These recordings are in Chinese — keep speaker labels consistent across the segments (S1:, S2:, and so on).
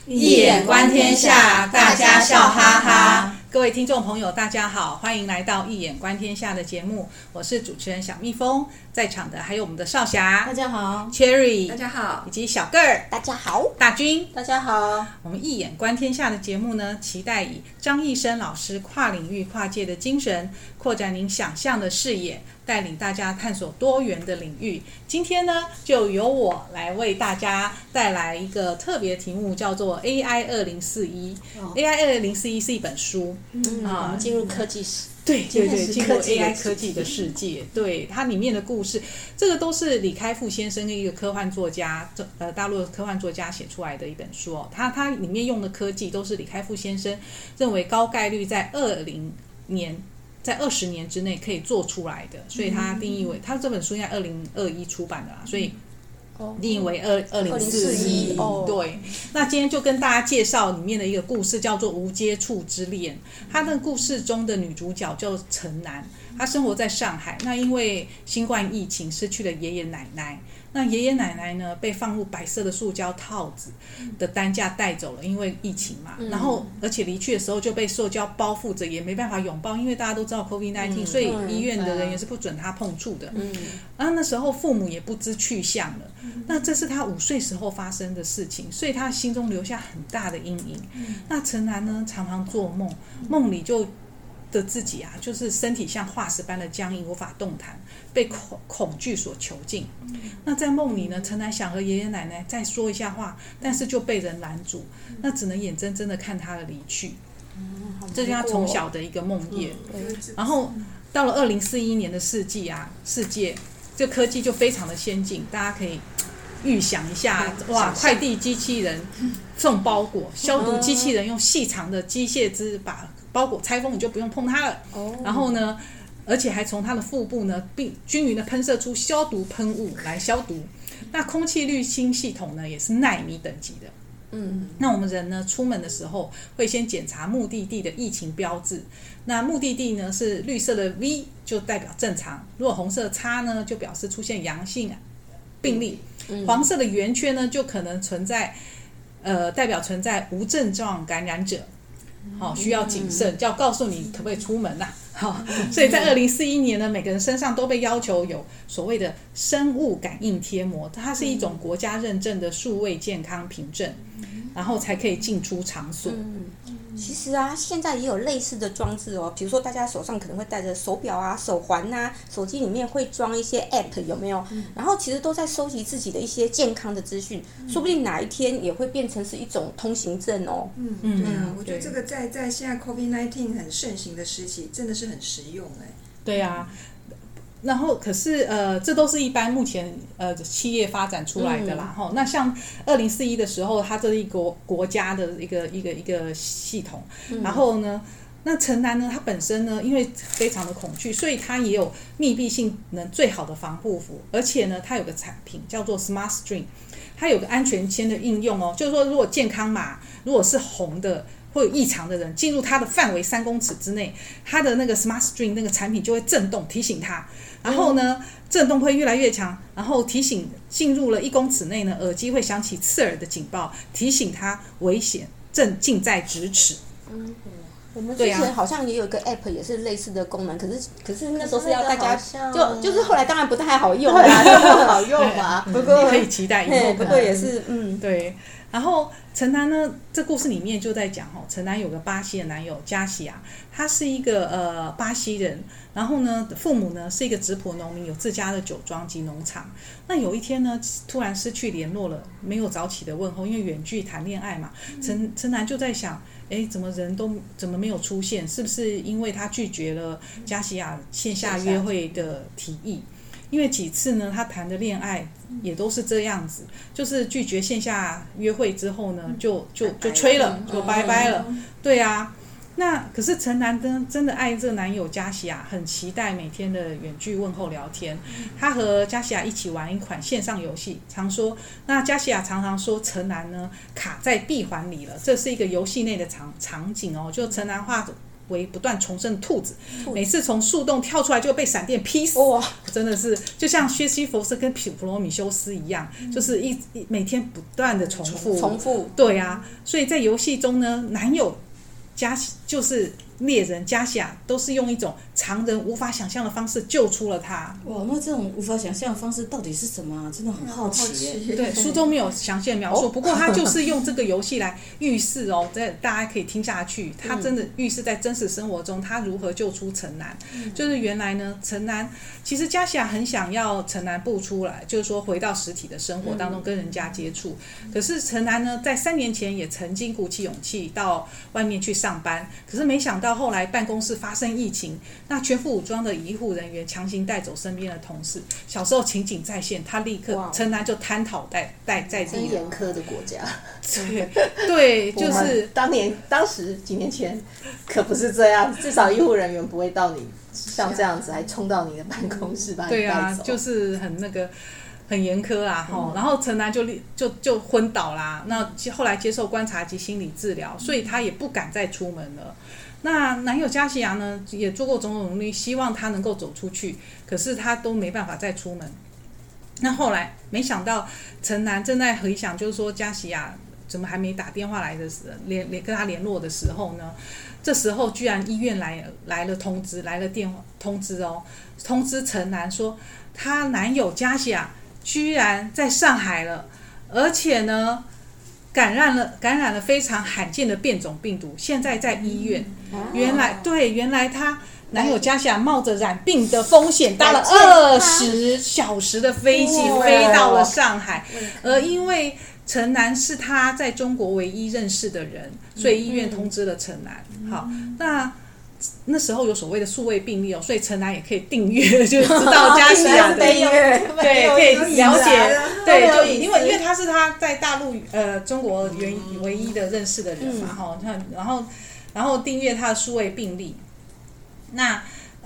S1: 一眼观天下，大家笑哈哈。
S2: 各位听众朋友大家好，欢迎来到一眼观天下的节目，我是主持人小蜜蜂，在场的还有我们的少侠，
S1: 大家好
S2: Cherry，
S3: 大家好，
S2: 以及小个儿，
S1: 大家好，
S2: 大军，
S1: 大家好。
S2: 我们一眼观天下的节目呢，期待以张义生老师跨领域跨界的精神，扩展您想象的视野，带领大家探索多元的领域。今天呢，就由我来为大家带来一个特别题目，叫做 AI 2041。AI 2041是一本书，
S1: 我们进入科技史。
S2: 对，进入 AI 科技的世界。对，它里面的故事，这个都是李开复先生一个科幻作家，大陆的科幻作家写出来的一本书哦。它里面用的科技都是李开复先生认为高概率在20年之内可以做出来的，所以他定义为，他这本书应该2021出版的啦，所以定义为2041。对，那今天就跟大家介绍里面的一个故事，叫做《无接触之恋》。他的故事中的女主角叫陈楠，她生活在上海，那因为新冠疫情失去了爷爷奶奶。那爷爷奶奶呢，被放入白色的塑胶套子的担架带走了，因为疫情嘛。然后而且离去的时候就被塑胶包覆着，也没办法拥抱，因为大家都知道 COVID-19，所以医院的人也是不准他碰触的。那时候父母也不知去向了。那这是他5岁时候发生的事情，所以他心中留下很大的阴影。那陈楠呢，常常做梦，梦里就的自己啊，就是身体像化石般的僵硬，无法动弹，被恐惧所囚禁。那在梦里呢，陈楠想和爷爷奶奶再说一下话，但是就被人拦住，那只能眼睁睁的看他的离去。这是他从小的一个梦魇。然后到了2041年的世界这科技就非常的先进，大家可以预想一下，哇，快递机器人送包裹，消毒机器人用细长的机械枝把包裹拆封，你就不用碰它了。然后呢，而且还从它的腹部呢，并均匀的喷射出消毒喷雾来消毒。那空气滤清系统呢，也是奈米等级的。那我们人呢，出门的时候会先检查目的地的疫情标志。那目的地呢是绿色的 V， 就代表正常；如果红色的叉呢，就表示出现阳性病例；黄色的圆圈呢，就可能代表存在无症状感染者。需要谨慎，就要告诉你可不可以出门啦。所以在2041年呢，每个人身上都被要求有所谓的生物感应贴膜，它是一种国家认证的数位健康凭证，然后才可以进出场所。
S1: 其实啊，现在也有类似的装置哦，比如说大家手上可能会戴着手表啊、手环啊，手机里面会装一些 App， 有没有？然后其实都在收集自己的一些健康的资讯，说不定哪一天也会变成是一种通行证哦。
S3: 对啊，我觉得这个在现在 COVID-19 很盛行的时期，真的是很实用哎。
S2: 对啊。然后可是这都是一般目前企业发展出来的啦。那像2041的时候，它这是一个国家的一个系统。然后呢，那陈楠呢，他本身呢，因为非常的恐惧，所以他也有密闭性能最好的防护服，而且呢，它有个产品叫做 Smart String， 它有个安全签的应用哦，就是说如果健康码如果是红的或有异常的人进入它的范围3公尺之内，它的那个 Smart String 那个产品就会震动提醒他，然后呢，震动会越来越强，然后提醒进入了1公尺内呢，耳机会响起刺耳的警报，提醒他危险正近在咫尺。
S1: 我们之前好像也有一个 App 也是类似的功能，可是那时候是要大家就是后来当然不太好用啦，不好用嘛。不过
S2: 可以期待以后。
S1: 不过也是
S2: 对。然后陈楠呢，这故事里面就在讲陈楠有个巴西的男友加西亚，他是一个巴西人，然后呢父母呢是一个质朴农民，有自家的酒庄及农场。那有一天呢，突然失去联络了，没有早起的问候，因为远距谈恋爱嘛。陈楠就在想，怎么人都怎么没有出现？是不是因为他拒绝了加西亚线下约会的提议？因为几次呢，他谈的恋爱也都是这样子，就是拒绝线下约会之后呢，就吹了，就拜拜了。对啊，那可是陈楠真的爱这个男友加西亚，很期待每天的远距问候聊天。他和加西亚一起玩一款线上游戏，那加西亚常常说陈楠呢卡在闭环里了，这是一个游戏内的场景哦，就陈楠为不断重生的兔子，每次从树洞跳出来就被闪电劈死。哇，真的是就像薛西弗斯跟普罗米修斯一样，就是每天不断的重复。对啊，所以在游戏中呢，男友就是猎人加西亚都是用一种常人无法想象的方式救出了他。
S4: 哇，那这种无法想象的方式到底是什么啊？真的很好奇耶。
S2: 对，书中没有详细的描述，不过他就是用这个游戏来预示哦，大家可以听下去。他真的预示在真实生活中他如何救出城南。就是原来呢，城南其实加西亚很想要城南步出来，就是说回到实体的生活当中跟人家接触。可是城南呢，在3年前也曾经鼓起勇气到外面去上班，可是没想到后来办公室发生疫情，那全副武装的医护人员强行带走身边的同事。小时候情景再现，他立刻城南就瘫倒在地。
S5: 真严苛的国家。
S2: 对，就是
S5: 当时几年前可不是这样，至少医护人员不会到你像这样子，还冲到你的办公室把你带走。
S2: 对啊，就是很严苛啊，然后城南就昏倒啦。那后来接受观察及心理治疗，所以他也不敢再出门了。那男友加西亚呢，也做过种种努力，希望他能够走出去，可是他都没办法再出门。那后来没想到城南正在回想，就是说加西亚怎么还没打电话来的时候，跟他联络的时候呢，这时候居然医院来了电话通知哦，通知城南说他男友加西亚居然在上海了，而且呢感染了非常罕见的变种病毒，现在在医院。原来他男友加西亚冒着染病的风险，搭了20小时的飞机飞到了上海，而因为城南是他在中国唯一认识的人，所以医院通知了城南。好，那时候有所谓的数位病例哦，所以城南也可以订阅，就知道加西亚的对，可以了解，对，就因为他是他在大陆中国唯一的认识的人嘛，然后订阅他的数位病例。那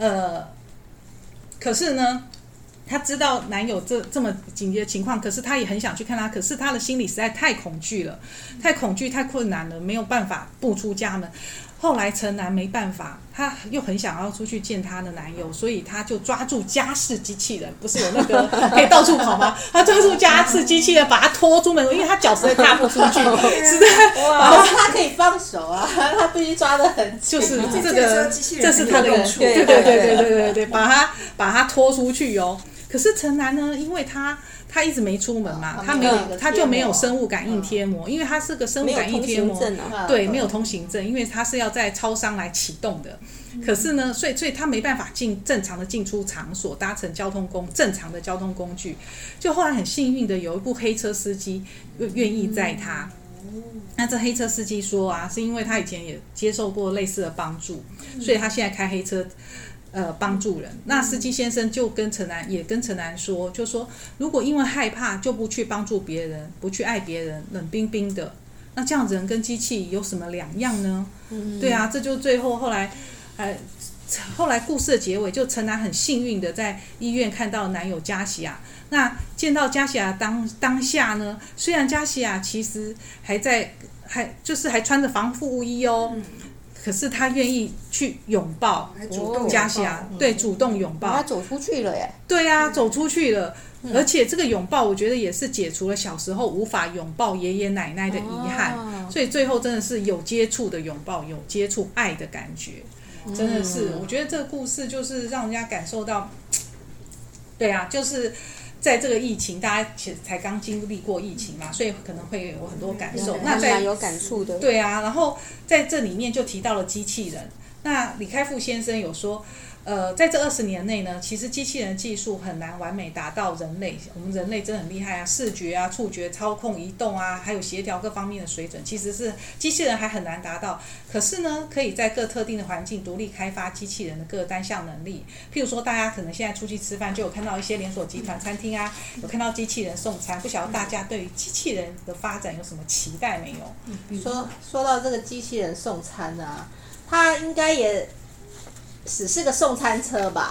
S2: 可是呢，他知道男友这么紧急的情况，可是他也很想去看他，可是他的心里实在太恐惧了，太困难了，没有办法步出家门。后来城南没办法，他又很想要出去见他的男友，所以他就抓住家事机器人，不是有那个可以到处跑吗？他抓住家事机器人把他拖出门，因为他脚实在踏不出去，实在。
S5: 哇，他可以放手啊，他必须抓得很紧。
S2: 就是这是他的用处，对，把他拖出去哦。可是城南呢，因为他一直没出门嘛，他就没有生物感应贴膜，因为他是个生物感应贴膜，对，没有通行证，因为他是要在超商来启动的。可是呢，所以他没办法正常的进出场所，搭乘正常的交通工具。就后来很幸运的有一部黑车司机愿意载他。那这黑车司机说啊，是因为他以前也接受过类似的帮助，所以他现在开黑车。帮助人。那司机先生就跟城南说，就说如果因为害怕就不去帮助别人，不去爱别人，冷冰冰的，那这样人跟机器有什么两样呢？对啊，这就后来故事的结尾，就城南很幸运的在医院看到男友加西亚。那见到加西亚当下呢，虽然加西亚其实还穿着防护衣哦。可是他愿意去拥抱加西亚，对，主动拥抱，
S1: 他走出去了耶。
S2: 对啊，走出去了，而且这个拥抱，我觉得也是解除了小时候无法拥抱爷爷奶奶的遗憾，所以最后真的是有接触的拥抱，有接触爱的感觉，真的是，我觉得这个故事就是让人家感受到，对啊，就是。在这个疫情，大家才刚经历过疫情嘛，所以可能会有很多感受。
S1: 那蛮有感触的。
S2: 对啊，然后在这里面就提到了机器人。那李开复先生有说，在这20年内呢，其实机器人技术很难完美达到人类。我们人类真的很厉害啊，视觉啊、触觉、操控、移动啊，还有协调各方面的水准，其实是机器人还很难达到。可是呢，可以在各特定的环境独立开发机器人的各单项能力。譬如说，大家可能现在出去吃饭，就有看到一些连锁集团餐厅啊，有看到机器人送餐。不晓得大家对于机器人的发展有什么期待没有？
S5: 说到这个机器人送餐啊，它应该也只是个送餐车吧？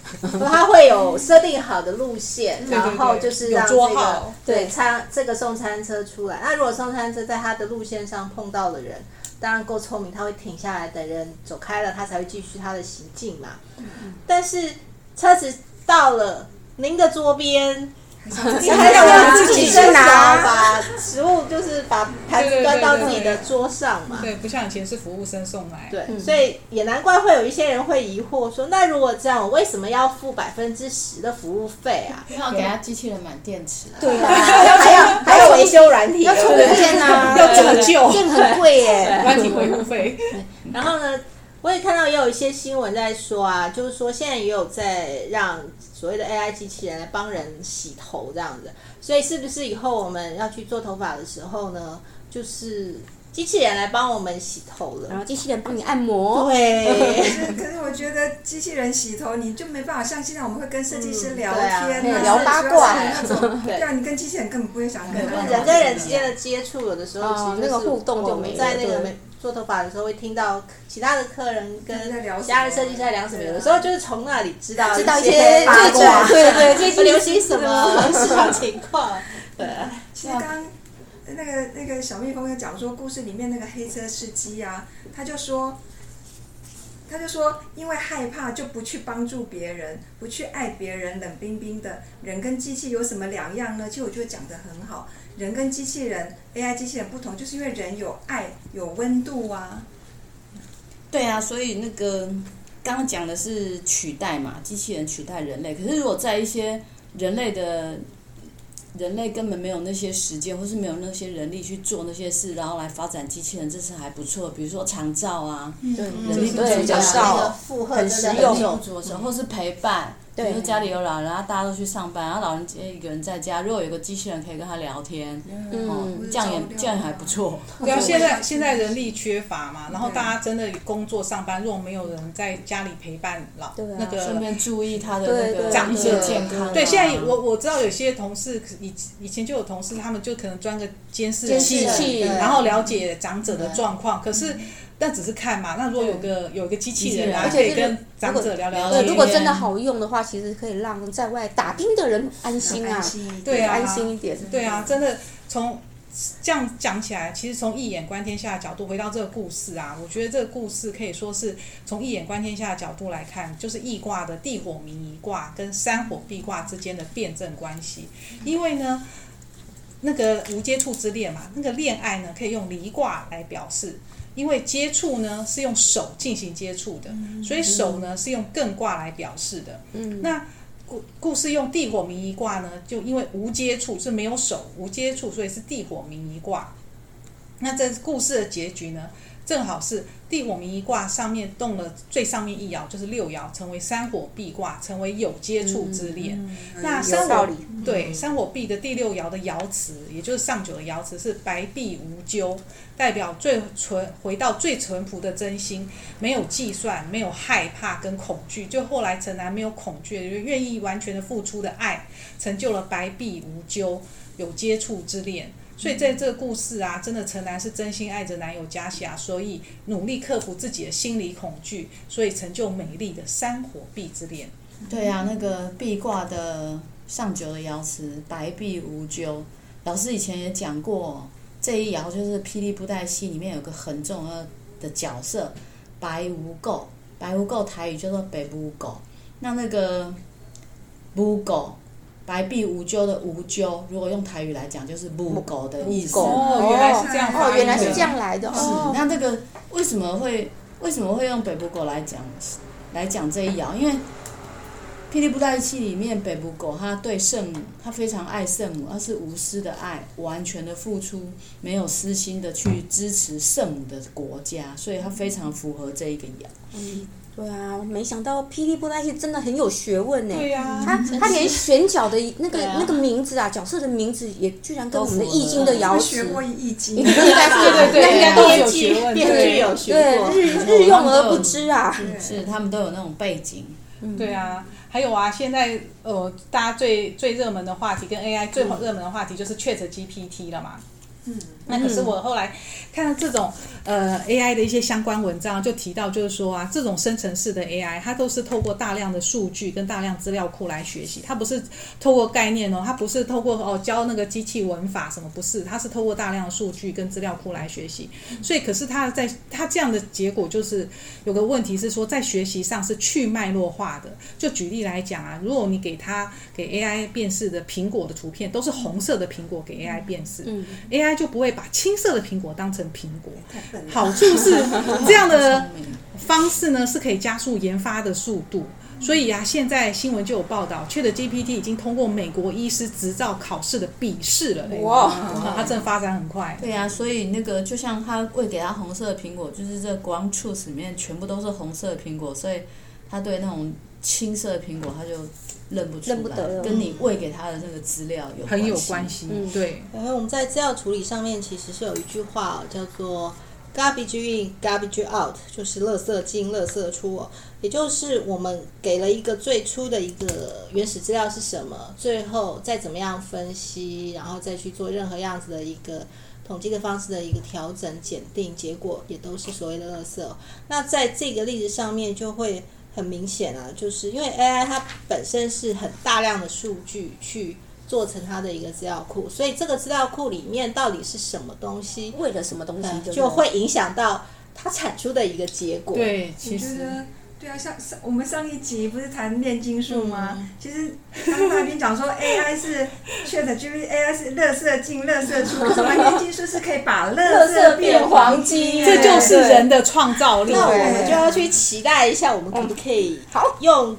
S5: 它会有设定好的路线，
S2: 对
S5: 然后就是让
S2: 有桌
S5: 这个
S2: 号
S5: 这个送餐车出来。那如果送餐车在它的路线上碰到的人，当然够聪明，他会停下来等人走开了，他才会继续他的行进嘛。但是车子到了您的桌边，你还是要自己伸手把食物，就是把盘子端到自己的桌上嘛。
S2: 对，不像以前是服务生送来。
S5: 对，所以也难怪会有一些人会疑惑说，那如果这样，我为什么要付10%的服务费啊？
S4: 要给他机器人买电池啊。
S1: 对啊，
S5: 还要维修软体，
S1: 要充电啊，
S2: 要折旧，
S1: 电很贵耶。
S2: 软体维护费。
S5: 然后呢，我也看到也有一些新闻在说啊，就是说现在也有在让所谓的 AI 机器人来帮人洗头这样子，所以是不是以后我们要去做头发的时候呢，就是机器人来帮我们洗头了，
S1: 然后机器人帮你按摩。
S5: 对。
S3: 可是我觉得机器人洗头，你就没办法像现在我们会跟设计师聊天
S5: 啊
S1: 聊八卦
S3: 那种，对啊，你跟机器人根本不会想跟他
S5: 人跟人之间的接触，有的时候其实
S1: 那个互动就没了。
S5: 在那个做头发的时候，会听到其他的客人跟其他的设计师在聊什么，有的时候就是从那里知道
S1: 一些八卦，对，最近
S5: 流行什么市场情况。对，
S3: 其实刚那个小蜜蜂在讲说，故事里面那个黑车司机啊，他就说，因为害怕就不去帮助别人，不去爱别人，冷冰冰的。人跟机器有什么两样呢？其实我觉得讲得很好，人跟机器人 AI 机器人不同，就是因为人有爱有温度啊。
S4: 对啊，所以那个刚刚讲的是取代嘛，机器人取代人类。可是如果在一些人类根本没有那些时间，或是没有那些人力去做那些事，然后来发展机器人，这是还不错。比如说长照啊，人力不足的时候，
S5: 很实用，
S4: 人力不足的时候，或是陪伴。比如说家里有老人，然后大家都去上班，然后老人一个人在家，如果有个机器人可以跟他聊天，这样也还不错。
S2: 对啊，现在人力缺乏嘛，然后大家真的工作上班，如果没有人在家里陪伴那个
S4: 顺便注意他的那个
S2: 长者
S4: 健康。
S2: 对，现在我知道有些同事以前就有同事，他们就可能装个监视器，然后了解长者的状况，可是。但只是看嘛，那如果有一个机器人啊，可以跟长者聊聊天。
S1: 如果真的好用的话，其实可以让在外打拼的人安心啊，
S2: 对啊，
S1: 安心一点。
S2: 对啊，真的从这样讲起来，其实从一眼观天下的角度回到这个故事啊，我觉得这个故事可以说是从一眼观天下的角度来看，就是易卦的地火明夷卦跟山火跸卦之间的辩证关系。因为呢，那个无接触之恋嘛，那个恋爱呢可以用离卦来表示。因为接触呢是用手进行接触的，所以手呢是用艮卦来表示的。那故事用地火明夷卦呢，就因为无接触是没有手，无接触，所以是地火明夷卦。那这故事的结局呢，正好是地火明夷卦上面动了最上面一爻，就是6爻，成为山火跸卦，成为有接触之恋。那山火对山火跸的第6爻的爻辞，也就是上九的爻辞是白璧无咎，代表回到最淳朴的真心，没有计算，没有害怕跟恐惧，就后来陈南没有恐惧，愿意完全的付出的爱，成就了白璧无咎，有接触之恋。所以在这个故事啊，真的陈南是真心爱着男友嘉霞，所以努力克服自己的心理恐惧，所以成就美丽的山火跸之恋。
S4: 对啊，那个跸卦的上九的爻辞白璧无咎，老师以前也讲过，这一爻就是霹雳布袋戏里面有个很重要的角色白无垢，白无垢台语叫做北无垢，那个无垢白璧无咎的无咎，如果用台语来讲就是无垢的意思。
S2: 原来是这样发音的。
S1: 原来是这样来的。
S4: 那这个为什么会用北无垢来讲这一爻？因为霹雳布袋戏里面北无垢他对圣母，他非常爱圣母，他是无私的爱，完全的付出，没有私心的去支持圣母的国家，所以他非常符合这一个爻。
S1: 对啊，没想到霹雳布袋戏真的很有学问呢。
S2: 对啊，
S1: 他连选角的那个名字啊，角色的名字也居然跟我们的易经的爻辞。
S3: 学过易经，
S1: 应该是
S2: 对，应该都有学问，
S5: 编剧有学过，
S1: 日用而不知啊。
S4: 是他们都有那种背景。
S2: 对啊，还有啊，现在大家最热门的话题跟 AI 最热门的话题就是 ChatGPT 了嘛。 那可是我后来看到这种AI 的一些相关文章，就提到就是说啊，这种生成式的 AI 它都是透过大量的数据跟大量资料库来学习，它不是透过概念它不是透过教那个机器文法什么，不是，它是透过大量的数据跟资料库来学习。所以可是它这样的结果就是有个问题是说，在学习上是去脉络化的。就举例来讲啊，如果你给 AI 辨识的苹果的图片都是红色的苹果给 AI 辨识，AI 就不会把青色的苹果当成苹果。好处是这样的方式呢，是可以加速研发的速度。所以啊，现在新闻就有报道 ，ChatGPT 已经通过美国医师执照考试的笔试了。哇，它真的发展很快。
S4: 对啊，所以那个就像他喂给他红色的苹果，就是这Ground Truth里面全部都是红色的苹果，所以他对那种青色的苹果他就认不出来，
S1: 认不得了，
S4: 跟你喂给他的那个资料
S2: 很有关系。对，
S5: 因为我们在资料处理上面其实是有一句话叫做 garbage in, garbage out， 就是垃圾进，垃圾出也就是我们给了一个最初的一个原始资料是什么，最后再怎么样分析，然后再去做任何样子的一个统计的方式的一个调整检定，结果也都是所谓的垃圾那在这个例子上面就会很明显啊，就是因为 AI 它本身是很大量的数据去做成它的一个资料库，所以这个资料库里面到底是什么东西，
S1: 为了什么东西
S5: 就会影响到它产出的一个结果。
S2: 对，其实
S3: 对啊，像我们上一集不是谈炼金术吗？其实刚才那边讲说 AI 是 ChatGPT，AI 是垃圾进垃圾出，可是我们炼金术是可以把垃圾变黄金，
S2: 这就是人的创造力。
S5: 那我们就要去期待一下，我们可不可以用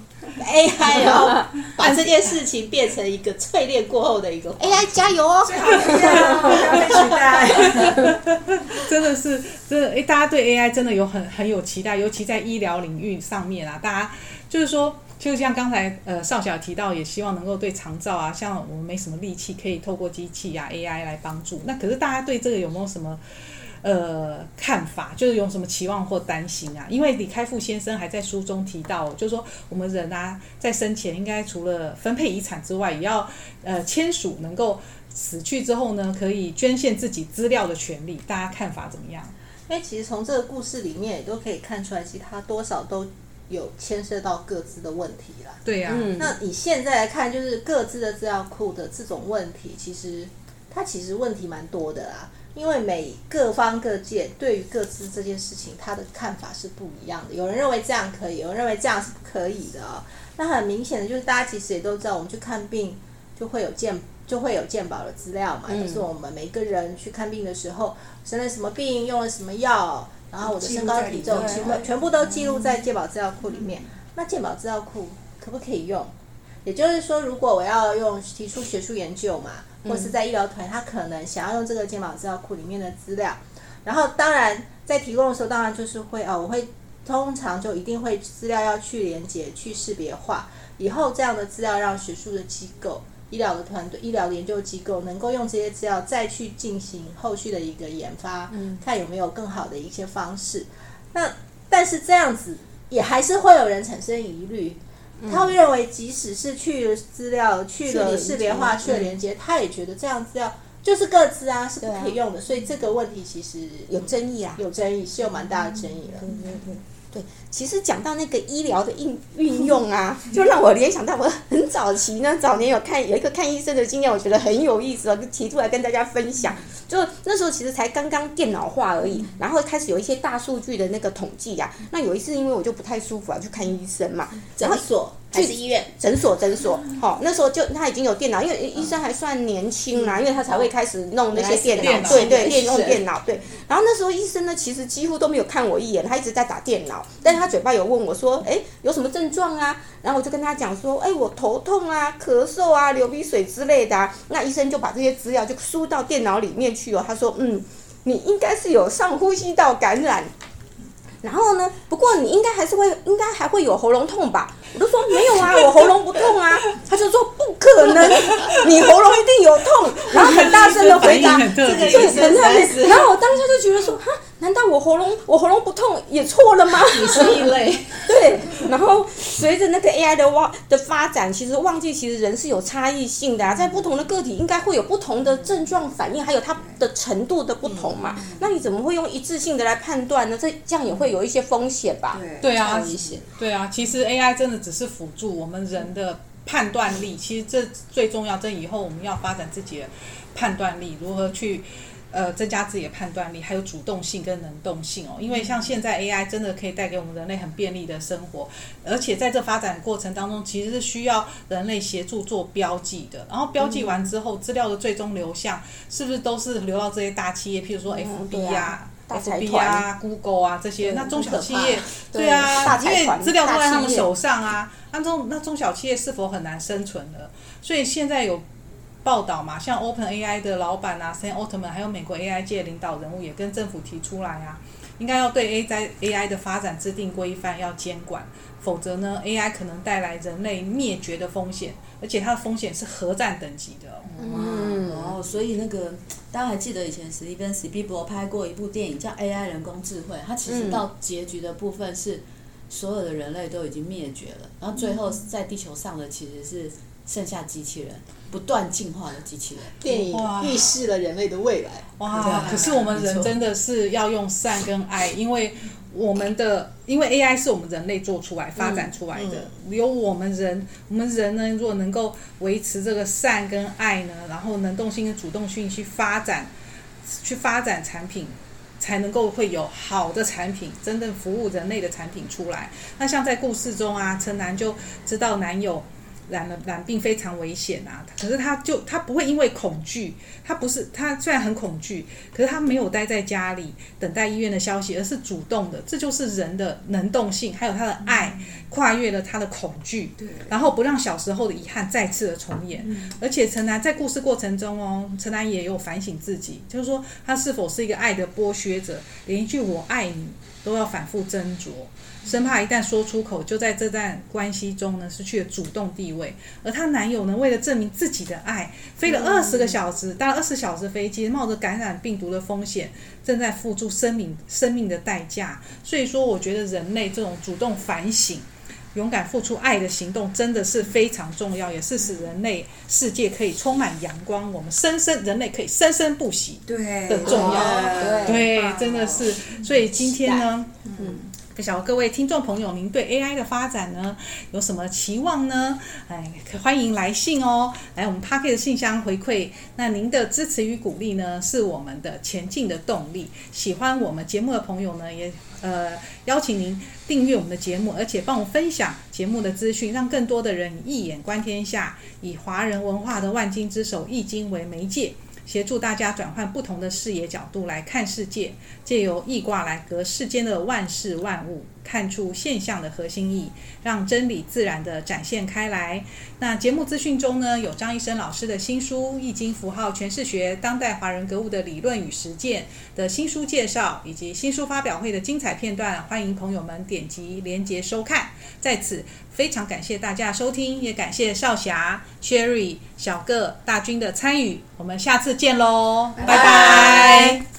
S5: AI， 然后把这件事情变成一个淬炼过后的一个
S1: AI 加油哦！
S3: 最好不要被取代。
S2: 真的是，大家对 AI 真的有很有期待，尤其在医疗领域上面啊，大家就是说，就像刚才少小提到，也希望能够对长照啊，像我们没什么力气，可以透过机器啊 AI 来帮助。那可是大家对这个有没有什么看法，就是有什么期望或担心啊？因为李开复先生还在书中提到，就是说我们人啊，在生前应该除了分配遗产之外，也要签署能够死去之后呢，可以捐献自己资料的权利。大家看法怎么样？
S5: 因为其实从这个故事里面也都可以看出来，其实它多少都有牵涉到各自的问题啦。
S2: 对呀、
S5: 那以现在来看，就是各自的资料库的这种问题，其实问题蛮多的啦。因为各方各界对于各自这件事情，他的看法是不一样的。有人认为这样可以，有人认为这样是不可以的那很明显的就是，大家其实也都知道，我们去看病就会有健保的资料嘛，就是我们每个人去看病的时候，生了什么病，用了什么药，然后我的身高体重，全部都记录在健保资料库里面。那健保资料库可不可以用？也就是说，如果我要提出学术研究嘛，或是在医疗团，他可能想要用这个健保资料库里面的资料，然后当然在提供的时候，当然就是我会通常就一定会资料要去连结、去识别化，以后这样的资料让学术的机构、医疗的团队、医疗的研究机构能够用这些资料再去进行后续的一个研发，看有没有更好的一些方式。那但是这样子也还是会有人产生疑虑。他会认为，即使是去了资料、去了识别化、去了连接，他也觉得这样资料就是个资啊，是不可以用的。所以这个问题其实
S1: 有争议啊，
S5: 是有蛮大的争议的。
S1: 对，其实讲到那个医疗的运用啊，就让我联想到我很早年有一个看医生的经验，我觉得很有意思就提出来跟大家分享。就那时候其实才刚刚电脑化而已，然后开始有一些大数据的那个统计啊。那有一次因为我就不太舒服去看医生嘛，
S5: 诊所还是医院？
S1: 诊所。那时候就他已经有电脑，因为医生还算年轻啦，因为他才会开始弄那些电脑，对，用电脑对。然后那时候医生呢，其实几乎都没有看我一眼，他一直在打电脑，但是他嘴巴有问我说，有什么症状啊？然后我就跟他讲说，我头痛啊、咳嗽啊、流鼻水之类的啊。那医生就把这些资料就输到电脑里面去他说，你应该是有上呼吸道感染。然后呢？不过你应该还会有喉咙痛吧？我就说没有啊，我喉咙不痛啊。他就说不可能，你喉咙一定有痛。然后很大声的回答，
S5: 这个
S1: 很特别。然后我当下就觉得说， 难道我喉咙不痛也错了吗？
S5: 你是一类。
S1: 对，然后随着那个 AI 的发展，其实忘记其实人是有差异性的啊，在不同的个体应该会有不同的症状反应，还有它的程度的不同嘛。那你怎么会用一致性的来判断呢？这样也会有一些风险吧？
S2: 对啊，
S5: 危险。
S2: 对啊，其实 AI 真的只是辅助我们人的判断力，其实这最重要。这以后我们要发展自己的判断力，如何去增加自己的判断力，还有主动性跟能动性哦。因为像现在 AI 真的可以带给我们人类很便利的生活，而且在这发展过程当中，其实是需要人类协助做标记的。然后标记完之后，资料的最终流向是不是都是流到这些大企业，譬如说 FB 啊。FB 啊 ，Google 啊这些，那中小企业，对啊，因为资料都在他们手上啊，那中小企业是否很难生存的？所以现在有报道嘛，像 OpenAI 的老板啊 Sam Altman， 还有美国 AI 界领导人物也跟政府提出来啊，应该要对 AI 的发展制定规范，要监管，否则呢 AI 可能带来人类灭绝的风险，而且它的风险是核战等级的。
S4: 所以那个大家还记得以前史蒂芬·史匹伯拍过一部电影叫《AI 人工智慧》，它其实到结局的部分是所有的人类都已经灭绝了，然后最后在地球上的其实是剩下机器人，不断进化的机器人。
S5: 电影预示了人类的未来。
S2: 哇！可是我们人真的是要用善跟爱，因为 AI 是我们人类做出来、发展出来的，由我们人呢，如果能够维持这个善跟爱呢，然后能动性跟主动性去发展产品，才能够会有好的产品，真正服务人类的产品出来。那像在故事中啊，陈楠就知道男友染病非常危险啊，可是他不会因为恐惧，他虽然很恐惧，可是他没有待在家里等待医院的消息，而是主动的，这就是人的能动性，还有他的爱，跨越了他的恐惧，然后不让小时候的遗憾再次的重演。而且陈楠在故事过程中陈楠也有反省自己，就是说他是否是一个爱的剥削者，连一句我爱你都要反复斟酌，生怕一旦说出口，就在这段关系中呢失去了主动地位。而她男友呢，为了证明自己的爱，飞了20个小时，搭了20小时飞机，冒着感染病毒的风险，正在付出生命的代价。所以说，我觉得人类这种主动反省、勇敢付出爱的行动，真的是非常重要，也是使人类世界可以充满阳光，我们人类可以生生不息的重要。对，真的是。所以今天呢，不晓得各位听众朋友，您对 AI 的发展呢有什么期望呢？欢迎来信哦，来我们 Podcast 信箱回馈。那您的支持与鼓励呢，是我们的前进的动力。喜欢我们节目的朋友呢，也邀请您订阅我们的节目，而且帮我分享节目的资讯，让更多的人一眼观天下，以华人文化的万经之首易经为媒介，协助大家转换不同的视野角度来看世界，借由易卦来隔世间的万事万物，看出现象的核心意义，让真理自然的展现开来。那节目资讯中呢，有张医生老师的新书《易经符号诠释学：当代华人格物的理论与实践》的新书介绍，以及新书发表会的精彩片段，欢迎朋友们点击连结收看。在此非常感谢大家收听，也感谢少侠、Sherry、小个、大军的参与，我们下次见喽，拜拜。